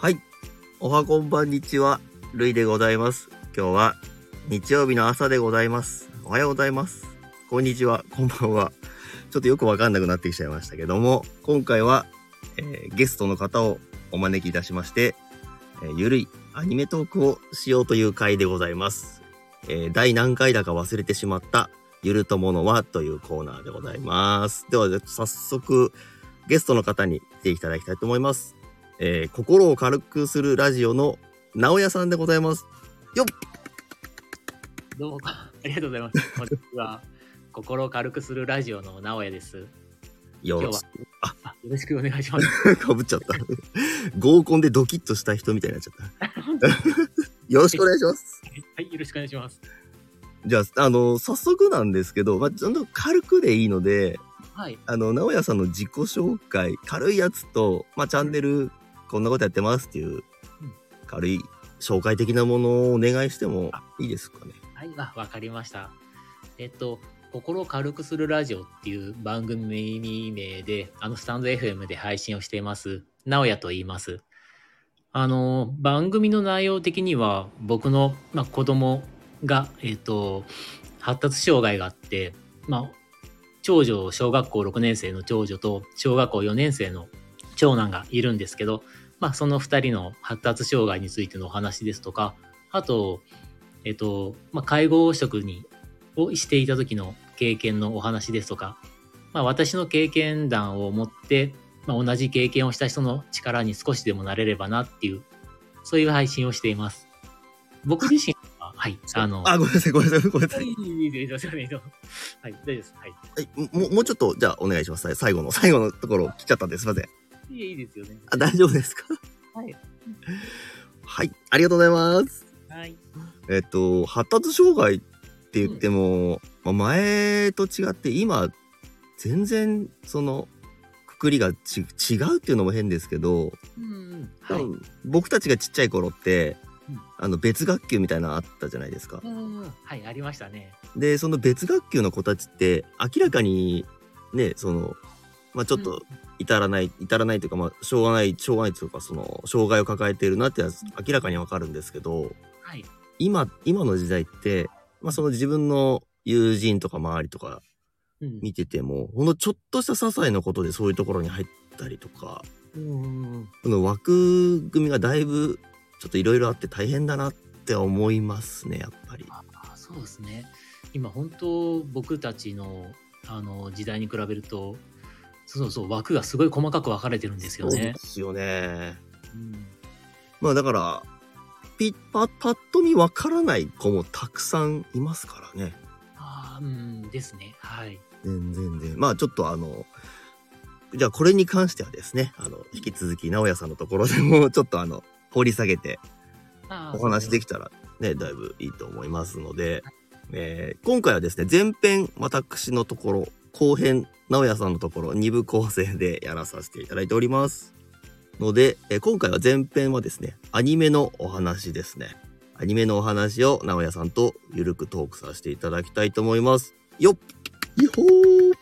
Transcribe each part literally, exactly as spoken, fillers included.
はい。おはこんばんにちは。るいでございます。今日は日曜日の朝でございます。おはようございます。こんにちは。こんばんは。ちょっとよくわかんなくなってきちゃいましたけども、今回は、えーゲストの方をお招きいたしまして、えーゆるいアニメトークをしようという回でございます。えー第何回だか忘れてしまったゆるとものはというコーナーでございます。では、早速ゲストの方に来ていただきたいと思います。えー心を軽くするラジオの直哉さんでございます。よっ。 どうもありがとうございます。こんにちは。心を軽くするラジオの直哉です。 よろしく。あ、 あよろしくお願いします。 かぶっちゃった。合コンでドキッとした人みたいになっちゃった。よろしくお願いします。 はい、よろしくお願いします。 じゃあ、あの、早速なんですけど、まあ、ちょっと軽くでいいので、 はい。 あの、直哉さんの自己紹介、軽いやつと、まあ、チャンネル、こんなことやってますっていう、軽い紹介的なものをお願いしてもいいですかね。 はい、あ、わかりました。えっと、心を軽くするラジオっていう番組名で、あの、スタンド エフエム で配信をしています。直哉と言います。あの、番組の内容的には、僕の、まあ、子供が、えっと、発達障害があって、まあ、長女、小学校ろくねん生の長女と、小学校よねん生の長男がいるんですけど、まあ、そのふたりの発達障害についてのお話ですとか、あと、えっと、まあ、介護職にをしていた時の経験のお話ですとか、まあ、私の経験談を持って、まあ、同じ経験をした人の力に少しでもなれればなっていう、そういう配信をしています。僕自身は、はい、あの、 あ、ごめんなさい、ごめんなさい、ごめんなさい。 いいですよね。はい、大丈夫です。はい。 はい、もう、もうちょっと、じゃあ、お願いします。最後の、最後のところ来ちゃったんです。すいません。 いいいいですよね。 あ、大丈夫ですか？ はい。 はい、ありがとうございます。 はい。 えっと、発達障害って言っても、まあ、前と違って今、全然、その、くくりがち違うっていうのも変ですけど、 うんうん。 多はい。 分僕たちがちっちゃい頃って、 うんあの、別学級みたいなのあったじゃないですか。 うんうん。はい、ありましたね。 で、その別学級の子たちって明らかにね、その、まあ、ちょっうんと至らない、至らないというか、まあ、しょうがない、しょうがないというか、その、障害を抱えているなってやつ明らかにわかるんですけど、 はい。 今、今の時代って、まあ、その自分の友人とか周りとかうん。 見てても、ほんのちょっとした些細なことでそういうところに入ったりとか、 うんうんうん。 この枠組みがだいぶちょっといろいろあって大変だなって思いますね、やっぱり。 ああ、そうですね。今本当僕たちのあの時代に比べると、そうそう枠がすごい細かく分かれてるんですよそうでね。 すよね。 うん。 まあだから、ピッパッパッと見わからない子もたくさんいますからね。 ああ、うんですね。はい。 全然全然。まあちょっとあの、じゃあこれに関してはですね、あの、引き続き直哉さんのところでもちょっとあの、掘り下げてああ、 お話できたらね、だいぶいいと思いますので、えー今回はですね、前編私のところ、後編直哉さんのところに部構成でやらさせていただいておりますので、えー今回は前編はですね、アニメのお話ですね。アニメのお話を直哉さんとゆるくトークさせていただきたいと思います。よっよほー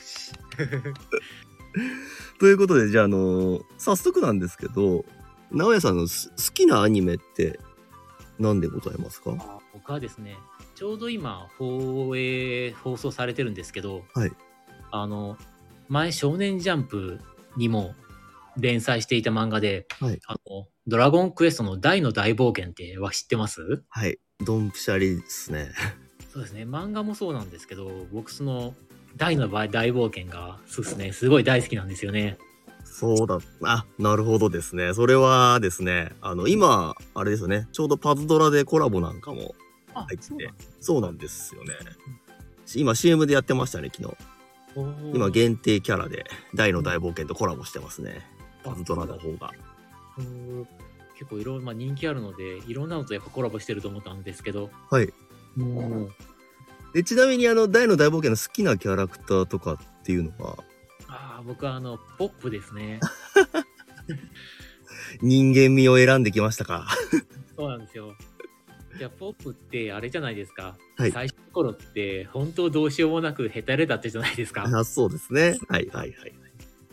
ということで、じゃあ、あのー早速なんですけど、直哉さんのす好きなアニメって何でございますか？ あ僕はですね、ちょうど今放映放送されてるんですけど、 はい。 あの前少年ジャンプにも連載していた漫画で、 はい。 あのドラゴンクエストの大の大冒険っては知ってます？ はい。ドンピシャリですね。 そうですね。漫画もそうなんですけど、僕その大の大冒険がそうですね、すごい大好きなんですよね。 そうだ。あ、なるほどですね。それはですね、あの、今、あれですよね。ちょうどパズドラでコラボなんかもあ、 入っててそうなんですね。 そうなんですよね。今 シーエム でやってましたね、昨日。 おー今限定キャラで大の大冒険とコラボしてますね。パズドラの方が。 うーん結構いろいろ、まあ、人気あるので、いろんなのとやっぱコラボしてると思ったんですけど、 はい。 もう、 で、ちなみにあの、大の大冒険の好きなキャラクターとかっていうのは、 ああ、僕はあの、ポップですね。 人間味を選んできましたか？ そうなんですよ。いや、ポップってあれじゃないですか。 はい最初の頃って、本当どうしようもなくヘタレだったじゃないですか。 あ、そうですね。はいはいはい。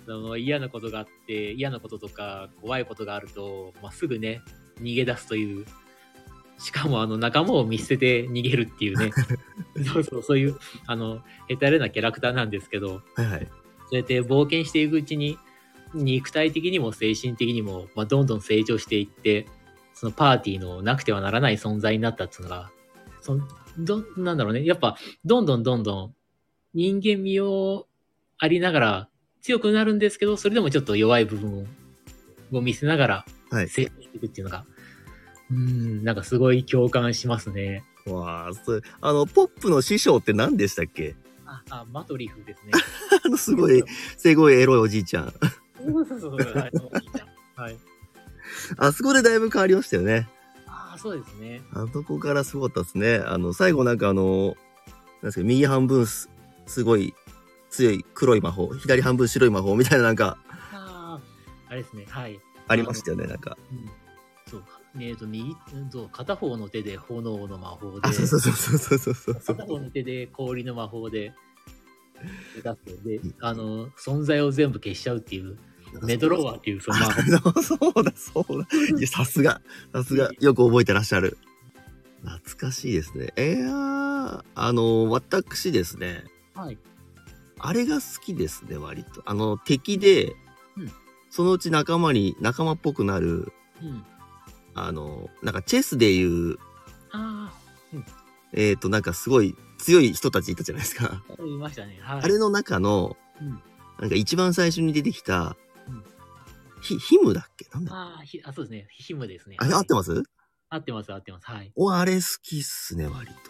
あの嫌なことがあって、嫌なこととか怖いことがあると、まあ、すぐね、逃げ出すという、しかもあの仲間を見捨てて逃げるっていうね、そうそう、そういう、あの、ヘタレなキャラクターなんですけど、 はいはい。 そうやって冒険していくうちに、肉体的にも精神的にも、まあ、どんどん成長していって、そのパーティーのなくてはならない存在になったっていうのが、そのどなんだろうね、やっぱ、どんどんどんどん人間味をありながら強くなるんですけど、それでもちょっと弱い部分を見せながらはい。 成長していくっていうのが、うーん、なんかすごい共感しますね。 わあ、それ、あの、ポップの師匠って何でしたっけ？ あ、あマトリフですね。 あの、すごい、すごいエロいおじいちゃん。 そうそうそう、はい、おじいちゃん。はい。 あそこでだいぶ変わりましたよね。 ああ、そうですね。 あそこからすごかったですね。あの、最後なんかあの、なんですか、右半分す、すごい強い黒い魔法、左半分白い魔法みたいななんか、 ああ、あれですね。はい。 ありましたよね、なんか。 うん、そう、えっ、と、右、そう片方の手で炎の魔法で、 あ、そうそうそうそうそうそうそう。 片方の手で氷の魔法で、出してで、あの、存在を全部消しちゃうっていう、メドローアっていう、その魔法。 そうだ、そうだ。いや、さすが、さすが、よく覚えてらっしゃる。懐かしいですね。えー、あの、私ですね、 はい。 あれが好きですね、割と。あの、敵で、 うんそのうち仲間に、仲間っぽくなる、 うん。 あの、なんかチェスでいう、 あえっと、なんかすごい強い人たちいたじゃないですか。 あ、言いましたね。はい。 あれの中の、 うんなんか一番最初に出てきた、 うんひ、ヒムだっけなんだあーひあ、そうですね。ヒムですね。 あれ、 はい合ってます？ 合ってます、合ってます。はい。 お、あれ好きっすね、割と。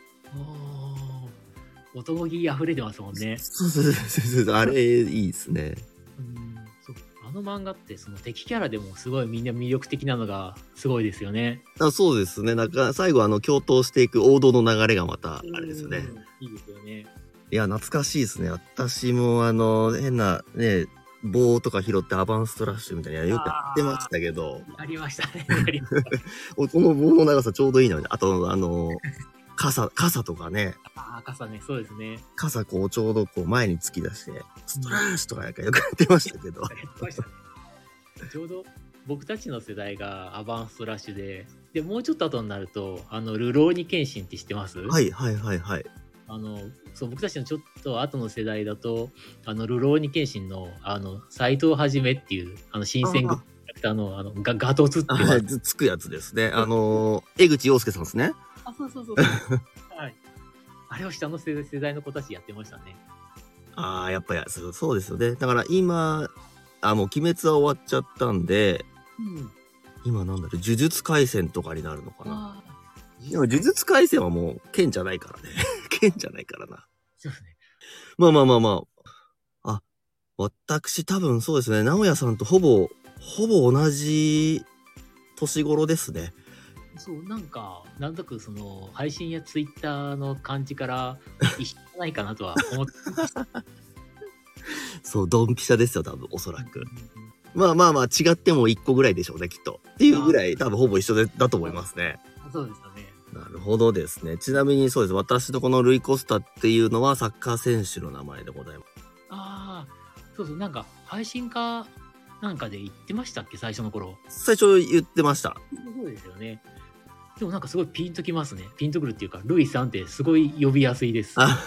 おー、男気溢れてますもんね。 そうそうそうそうそう、あれいいですね。 うんそうあの漫画ってその敵キャラでもすごいみんな魅力的なのがすごいですよね。 あ、そうですね。なんか最後あの共闘していく王道の流れがまたあれですよね。 うんいいですよね。 いや、懐かしいですね。私もあの、変なね、棒とか拾ってアバンストラッシュみたいなよくやってましたけど、 ありましたね。ありましたおこの棒の長さちょうどいいのに、あとあの、傘、傘とかね、 ああ、傘ね、そうですね。 傘こうちょうどこう前に突き出して、ストラッシュとかなんかよくやってましたけど。 やってましたね。ちょうど僕たちの世代がアバンストラッシュで、で、もうちょっと後になると、あの、ルローニケンシンって知ってます？ はいはいはいはい。 あの、そう、僕たちのちょっと後の世代だと、あの、ルローニケンシンの、あの、斎藤はじめっていう、あの、新選組キャラクターの、あの、ガガトツっていう。 あ、つつくやつですね。あの、江口洋介さんですね。 あ、そうそうそうはい。あれを下の世世代の子たちやってましたね。 ああ、やっぱりそうそうですよね。だから今、あ、もう鬼滅は終わっちゃったんで、 うん。 今なんだろう、呪術廻戦とかになるのかな。 ああ。 でも呪術廻戦はもう剣じゃないからね。剣じゃないからな。 そうですね。 まあまあまあまあ。あ、私多分そうですね。直哉さんとほぼ、ほぼ同じ年頃ですね。 そう、なんか、なんとなくその、配信やツイッターの感じから一緒じゃないかなとは思ってました。 そう、ドンピシャですよ、多分、おそらく。まあまあまあ、違っても一個ぐらいでしょうね、きっと。っていうぐらい、多分ほぼ一緒でだと思いますね。 そうですよね。 なるほどですね。ちなみにそうです。私のこのルイ・コスタっていうのはサッカー選手の名前でございます。 ああ、そうそう、なんか、配信家なんかで言ってましたっけ、最初の頃。 最初言ってました。 そうですよね。でもなんかすごいピンときますね。ピンとくるっていうか、ルイさんってすごい呼びやすいです。 あ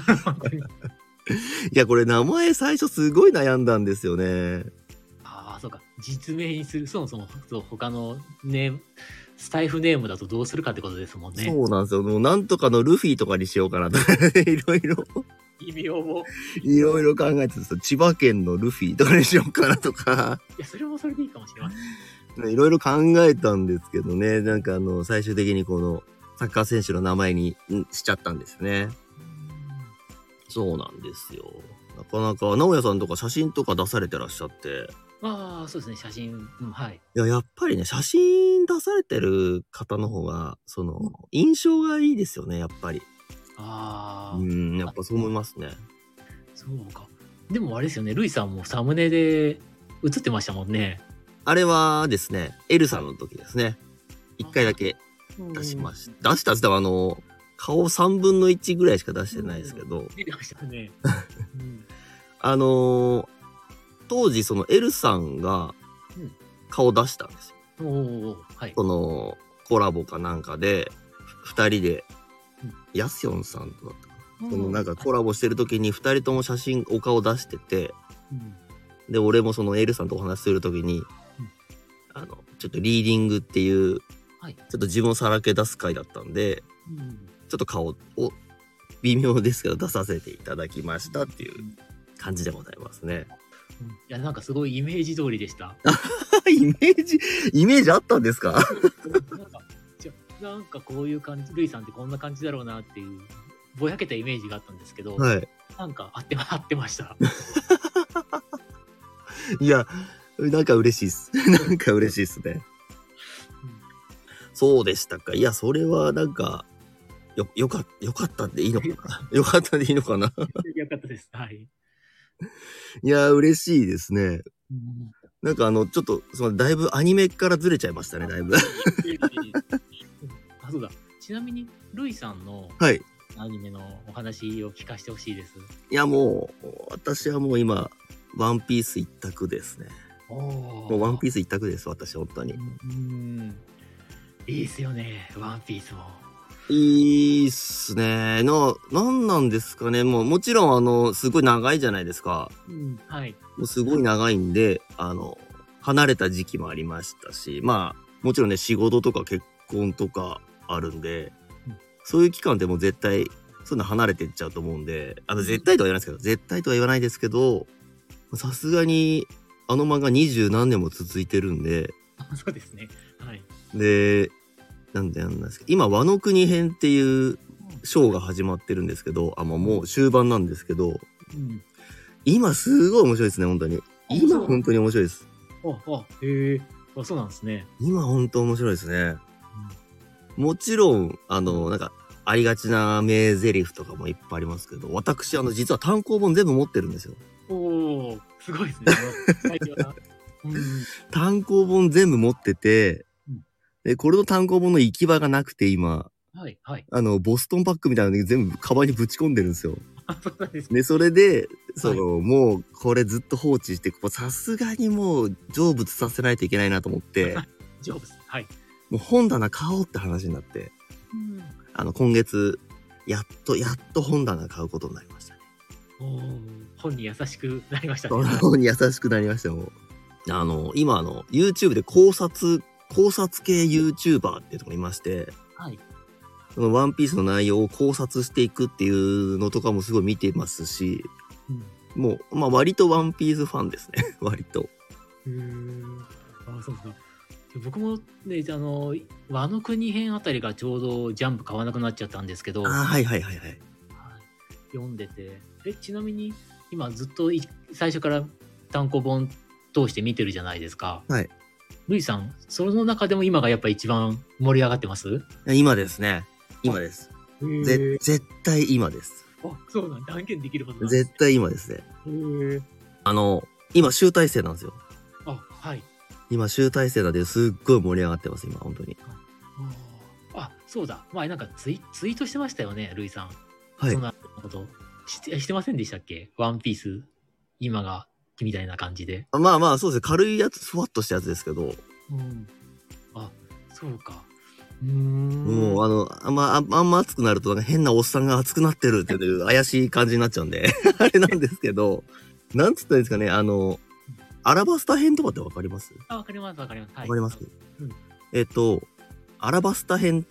いや、これ名前最初すごい悩んだんですよね。 ああ、そうか。実名にする、そもそも、そう、他のネーム、スタイフネームだとどうするかってことですもんね。 そうなんですよ。もうなんとかのルフィとかにしようかなとか、いろいろ、 異名を。 いろいろ考えてたんですよ。千葉県のルフィとかにしようかなとか、 いや、それもそれでいいかもしれません。 いろいろ考えたんですけどね。なんかあの、最終的にこのサッカー選手の名前にんしちゃったんですね。そうなんですよ。なかなか、直哉さんとか写真とか出されてらっしゃって。 ああ、そうですね、写真、うん、はい。 いや、やっぱりね、写真出されてる方の方が、その、印象がいいですよね、やっぱり。 ああ、 うん、やっぱそう思いますね。 そうか。でもあれですよね、ルイさんもサムネで写ってましたもんね。 あれはですね、エルさんの時ですね。一回だけ出しました。出したって言ったら、あの、顔さんぶんのいちぐらいしか出してないですけど、 出てましたね。うん、 あのー当時その L さんが顔出したんですよ。 うん、おー、はい。 そのコラボかなんかでふたりで、うん、ヤスヨンさんとだったかな、そのなんかコラボしてる時にふたりとも写真お顔出してて、うん、で俺もその L さんとお話しする時に、うん、あのちょっとリーディングっていう、はい、ちょっと自分をさらけ出す回だったんで、うん、ちょっと顔を微妙ですけど出させていただきましたっていう感じでございますね。 うん、いやなんかすごいイメージ通りでした。 イメージイメージあったんですか？ なんかじゃなんかこういう感じ、ルイさんってこんな感じだろうなっていうぼやけたイメージがあったんですけど、はい、なんか合って合ってました。 いやなんか嬉しいっす。なんか嬉しいっすね。うん、そうでしたか。いやそれはなんかよよかよかったでいいのかな。よかったでいいのかな。 よかったです。はい。 いや嬉しいですね。うん、なんかあのちょっとそのだいぶアニメからずれちゃいましたねだいぶ。 あそうだ。ちなみにルイさんのアニメのお話を聞かせてほしいです。 いやもう私はもう今ワンピース一択ですね。もうワンピース一択です私本当に。うん、 いいっすよねワンピースも。 いいっすね。な、なんなんですかね。もう、もちろん、あの、すごい長いじゃないですか。 うん、はい。 もうすごい長いんで、あの、離れた時期もありましたし、まあ、もちろんね、仕事とか結婚とかあるんで、うん、そういう期間でも絶対、そういうの離れていっちゃうと思うんで、あの、絶対とは言わないですけど、絶対とは言わないですけど、さすがに、あの漫画二十何年も続いてるんで、 そうですね。はい。 で、なんでなんですけど、今、ワノ国編っていうショーが始まってるんですけど、あ、まあ、もう終盤なんですけど、うん、今すごい面白いですね、本当に。今本当に面白いです。 あ、あ、へえ、あ、そうなんですね。 今本当面白いですね。うん、もちろん、あの、なんか、ありがちな名台詞とかもいっぱいありますけど、私、あの、実は単行本全部持ってるんですよ。 おお、すごいですね。 うん、単行本全部持ってて、で、これの単行本の行き場がなくて今、 はいはい、 あの、ボストンパックみたいなのに全部カバンにぶち込んでるんですよ。 そうなんですね、それで、その、はい、もうこれずっと放置して、さすがにもう成仏させないといけないなと思って、 成仏、はい。 もう本棚買おうって話になって、うん、あの、今月、やっと、やっと本棚買うことになりましたね。 お本に優しくなりましたね。 本に優しくなりましたよ。あの、今あの、YouTube で考察、考察系 YouTuber っていうところにいまして、はい、そのワンピースの内容を考察していくっていうのとかもすごい見てますし、うん、もう、まあ割とワンピースファンですね。割と。 へー、あ、そうそう。僕もね、あの、ワノ国編あたりがちょうどジャンプ買わなくなっちゃったんですけど、 あ、はいはいはいはい。 読んでて、え、ちなみに今ずっと最初から単行本通して見てるじゃないですか。 はい。 ルイさん、その中でも今がやっぱ一番盛り上がってます？ 今ですね。今です。ぜ絶対今です。 あ、そうなん、断言できることなんですね。絶対今ですね。へあの、今集大成なんですよ。 あ、はい。 今集大成なんですっごい盛り上がってます、今、本当に。 あ、そうだ。前なんかツイツイートしてましたよね、ルイさん。 はい。 そんなことし、してませんでしたっけ？ワンピース、今が、みたいな感じで。 まあまあ、そうですね。軽いやつ、ふわっとしたやつですけど。うん。 あ、そうか。うーん。 もう、あの、あんま、あんま、あんま熱くなると、なんか変なおっさんが熱くなってるっていう怪しい感じになっちゃうんで、あれなんですけど、なんつったらいいですかね、あの、アラバスタ編とかってわかります？ あ、わかります、わかります。 わ、はい、かります、うん、えっと、アラバスタ編って、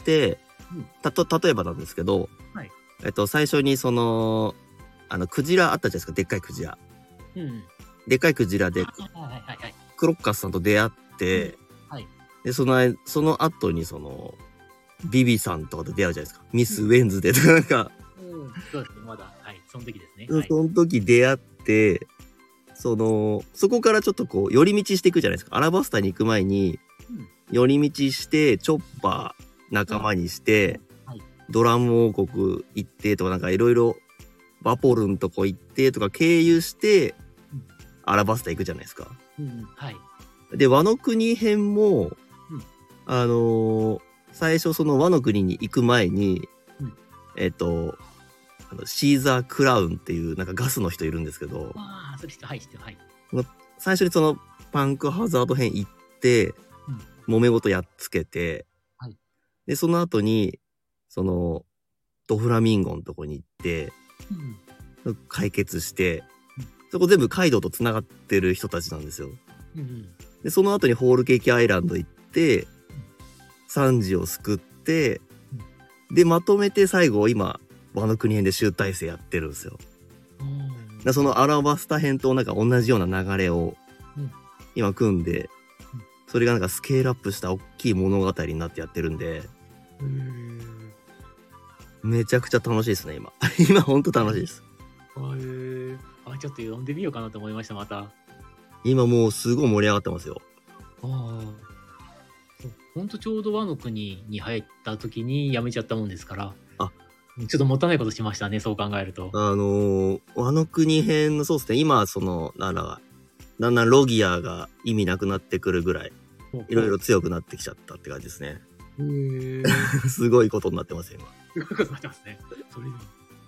たと、例えばなんですけど、はい、えっと、最初にその、あの、クジラあったじゃないですか、でっかいクジラ。うん。でっかいクジラで、クロッカスさんと出会って、うん、はい、で、その、その後にその、ビビさんとかと出会うじゃないですか。ミス・ウェンズデーとかなんか、 うん、そうですね、まだ、はい、その時ですね。 はい、その時出会って、その、そこからちょっとこう、寄り道していくじゃないですか。アラバスタに行く前に、寄り道して、チョッパー仲間にして、うん、はい、ドラム王国行ってとか、なんかいろいろ、バポルンとこ行ってとか経由して、うん、アラバスタ行くじゃないですか。うん、はい。で、ワノ国編も、うん、あのー、最初そのワノ国に行く前に、うん、えっと、あのシーザー・クラウンっていうなんかガスの人いるんですけど、 ああ、それ人、はい、人、はい。 最初にそのパンクハザード編行って、うん、揉め事やっつけて、はい、で、その後に、その、ドフラミンゴのとこに行って、うん、解決して、うん、そこ全部カイドウと繋がってる人たちなんですよ。うん、で、その後にホールケーキアイランド行って、うん、サンジを救って、うん、で、まとめて最後、今、ワノ国編で集大成やってるんですよ。だそのアラバスタ編となんか同じような流れを今組んで、それがなんかスケールアップした大きい物語になってやってるんで、うーんめちゃくちゃ楽しいですね、今。今ほんと楽しいです。 へーあ、ちょっと読んでみようかなと思いました、また。 今もうすごい盛り上がってますよ。ああ。ほんとちょうどワノ国に入った時に辞めちゃったもんですから。 あ、 ちょっともったいないことしましたね、そう考えると。 あのー、ワノ国編のそうですね、今その、なんだ、だんだんロギアが意味なくなってくるぐらい、いろいろ強くなってきちゃったって感じですね。へーすごいことになってますよ、今。 すごいことになってますね。それでも。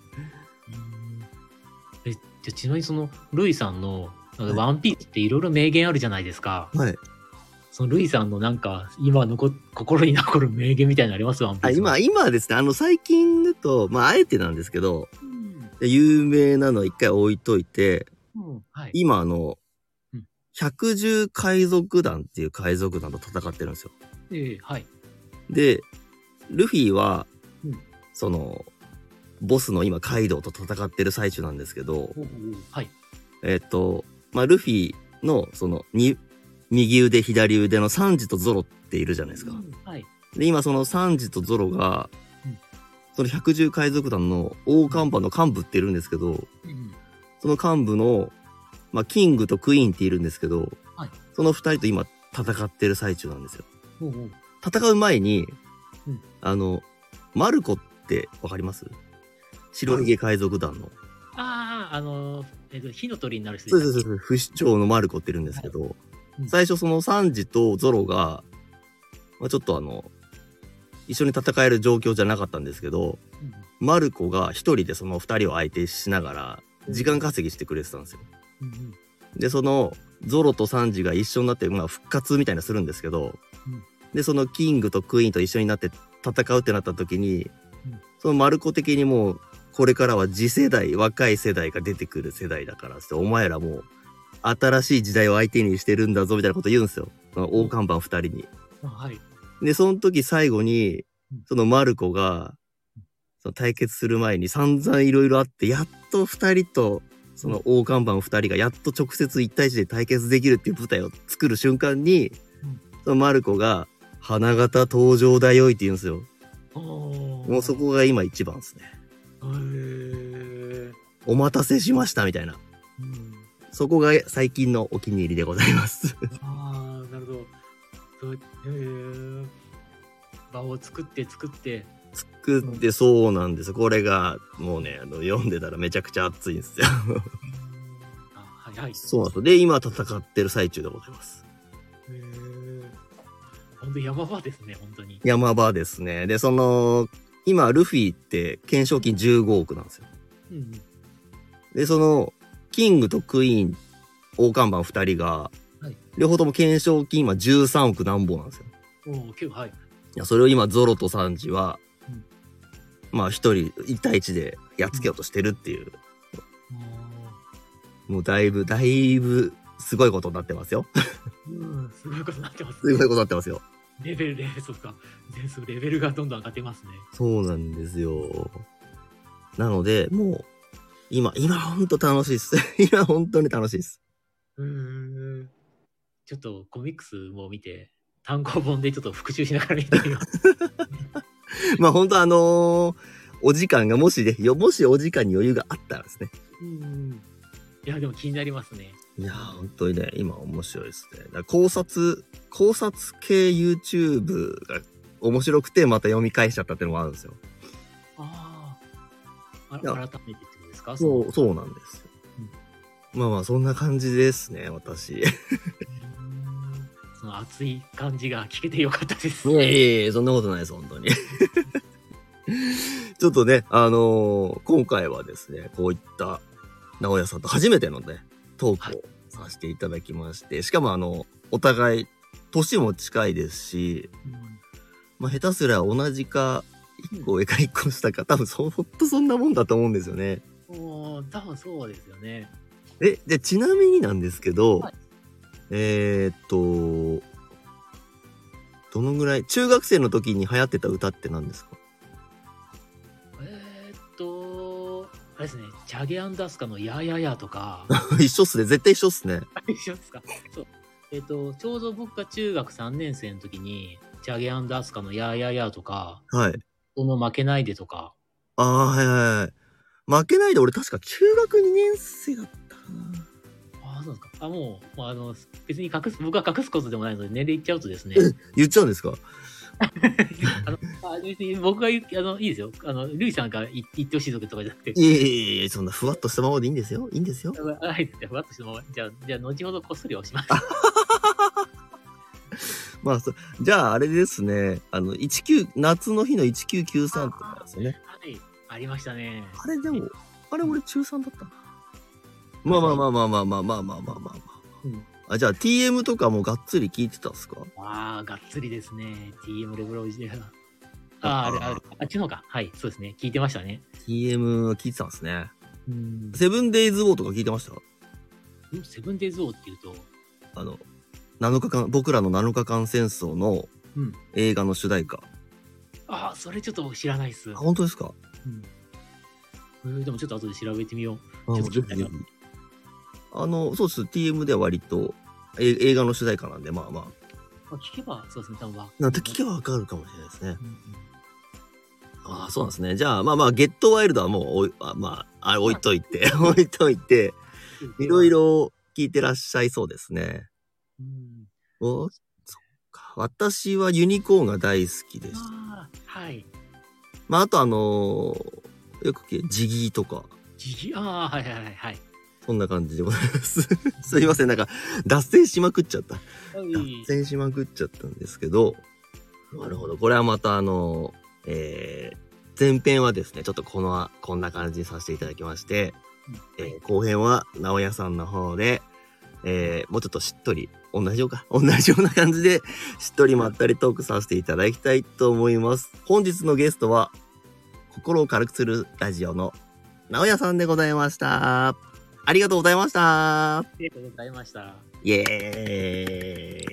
え、じゃあちなみにその、ルイさんの、ワンピースっていろいろ名言あるじゃないですか。 はい。 そのルイさんのなんか、今のこ心に残る名言みたいなのありますワンピース。 あ、今、今ですね、あの、最近だと、まあ、あえてなんですけど、うん、有名なの一回置いといて、うんはい、今、あの、百獣海賊団っていう海賊団と戦ってるんですよ。 えー、はい。 で、ルフィは、うん、その、ボスの今、カイドウと戦ってる最中なんですけど、はい。えっと、まあ、ルフィの、その、に、右腕、左腕のサンジとゾロっているじゃないですか。うん、はい。で、今、そのサンジとゾロが、うん、その百獣海賊団の大看板の幹部っているんですけど、うん、その幹部の、まあ、キングとクイーンっているんですけど、はい、その二人と今戦ってる最中なんですよ。おうおう戦う前に、うん、あの、マルコってわかります？白ひげ海賊団の。 ああ、あの、えっと、火の鳥になる人です。そうそうそう、不死鳥のマルコっているんですけど、はいうん、最初そのサンジとゾロが、まあ、ちょっとあの、一緒に戦える状況じゃなかったんですけど、うん、マルコが一人でその二人を相手しながら、時間稼ぎしてくれてたんですよ。うんうん、で、その、ゾロとサンジが一緒になって、まあ、復活みたいなするんですけど、うん、で、そのキングとクイーンと一緒になって戦うってなった時に、うん、そのマルコ的にもう、これからは次世代、若い世代が出てくる世代だからって、お前らもう、新しい時代を相手にしてるんだぞ、みたいなこと言うんですよ。その大看板二人に。うん、はい。で、その時最後に、そのマルコが、その対決する前に散々いろいろあって、やっと二人と、その大看板二人がやっと直接一対一で対決できるっていう舞台を作る瞬間に、うん、そのマルコが花形登場だよいって言うんですよ。もうそこが今一番ですね。へーお待たせしましたみたいな。うん、そこが最近のお気に入りでございます。 ああ、なるほど。そうへー場を作って作って。 作ってそうなんです。これがもうねあの読んでたらめちゃくちゃ熱いんですよ。あはいはい。そうなんです。で今戦ってる最中でございます。 へえ。本当山場ですね本当に。 山場ですね。でその今ルフィって懸賞金じゅうごおくなんですよ。うん、でそのキングとクイーン大看板ふたりが、はい、両方とも懸賞金今じゅうさんおくなんぼなんですよ。 おお結構はい。いやそれを今ゾロとサンジはまあ一人一対一でやっつけようとしてるっていう、うん、もうだいぶだいぶすごいことになってますよ。 うん、すごいことになってます、ね。 すごいことになってますよ。 レベルレベルそうか、レベルがどんどん上がってますね。 そうなんですよ。なのでもう今今本当楽しいです。今本当に楽しいです。 うーん。ちょっとコミックスも見て単行本でちょっと復習しながら見てみます。 まあ本当あのー、お時間がもしね、もしお時間に余裕があったらですね。 うん。いやでも気になりますね。 いや本当にね今面白いですね。だ考察考察系 YouTube が面白くてまた読み返しちゃったっていうのもあるんですよ。 ああ。改めてってことですか？ そうそうなんですよ。うん、まあまあそんな感じですね私。 その熱い感じが聞けてよかったです。 いやいやいやそんなことないです本当に。ちょっとねあのー、今回はですねこういった直哉さんと初めてのねトークをさせていただきまして、しかもあの、お互い、年も近いですし、 うんまあ、下手すら同じか、いっこ上かいっこ下か、多分そ、ほんとそんなもんだと思うんですよね。 おー、多分そうですよね。 え、じゃあちなみになんですけど、 はいえー、っと、どのぐらい、中学生の時に流行ってた歌って何ですか？ えー、っと、あれですね、チャゲアンダスカのやややとか、 一緒っすね。絶対一緒っすね。 一緒ですか？そう。えーっと、ちょうど僕が中学さんねん生の時に、チャゲアンダスカのやややとか、 はい。 その負けないでとか、 ああ、はいはいはい。負けないで、俺確か中学にねん生だったかな。 ああ、そうですか。あ、もう、もうあの、別に隠す、僕は隠すことでもないので、年齢言っちゃうとですね、 言っちゃうんですか？ あの、あ別に僕が言う、あの、いいですよ。あの、ルイさんが言言ってほしいとかとかじゃなくて、 いえいえいえ、そんなふわっとしたままでいいんですよ。いいんですよ。 あはい、じゃあ、ふわっとしたまま、じゃあ、じゃあ、後ほどこっそり押します。 まあ、そじゃああれですね。あの、じゅうきゅう、夏の日のせんきゅうひゃくきゅうじゅうさんとかですよね。 はい、ありましたね。 あれでも、あれ俺中さんだったな。まあまあまあまあまあまあまあまあまあまあ。 うん。 あ、じゃあ ティーエム とかもがっつり聞いてたんすか？ ああ、がっつりですね。ティーエム レブロイジで。ああ、あれ、あれ、あっちの方か。はい、そうですね。聞いてましたね。 ティーエム 聞いてたんですね。 うん。 セブンデイズウォーとか聞いてました？ セブンデイズ・ウォーっていうと、 あの、なのかかん、僕らのなのかかん戦争のうん。 映画の主題歌。 ああ、それちょっと僕知らないっす。 あ、本当ですか？ うん。えーでもちょっと後で調べてみよう。 あ、 ちょもうぜひぜひっと気になる。 あの、そうです。ティーエム では割とえ映画の主題歌なんで、まあまあ。 まあ聞けば、そうですね、多分は。 なんて聞けばわかるかもしれないですね。 うんうんああ、そうなんですね。じゃあ、まあまあ、ゲットワイルドはもうおい、あまあ、あれ置いといて、置いといて、いろい。ろ聞いてらっしゃいそうですね。 うん。 お、そっか。私はユニコーンが大好きです。 ああ、はい。 まあ、あとあのーよく聞け、ジギーとか、 ジギ、ああ、はいはいはいはい。 そんな感じでございます。すいません、なんか、脱線しまくっちゃった。 はい脱線しまくっちゃったんですけど、なるほど。これはまたあのーえー、前編はですね、ちょっとこの、こんな感じにさせていただきまして、 うんえー後編は直屋さんの方で、えーもうちょっとしっとり、同じようか、同じような感じで、しっとりまったりトークさせていただきたいと思います。本日のゲストは、心を軽くするラジオの直屋さんでございました。ありがとうございました。 ありがとうございました。 イエーイ。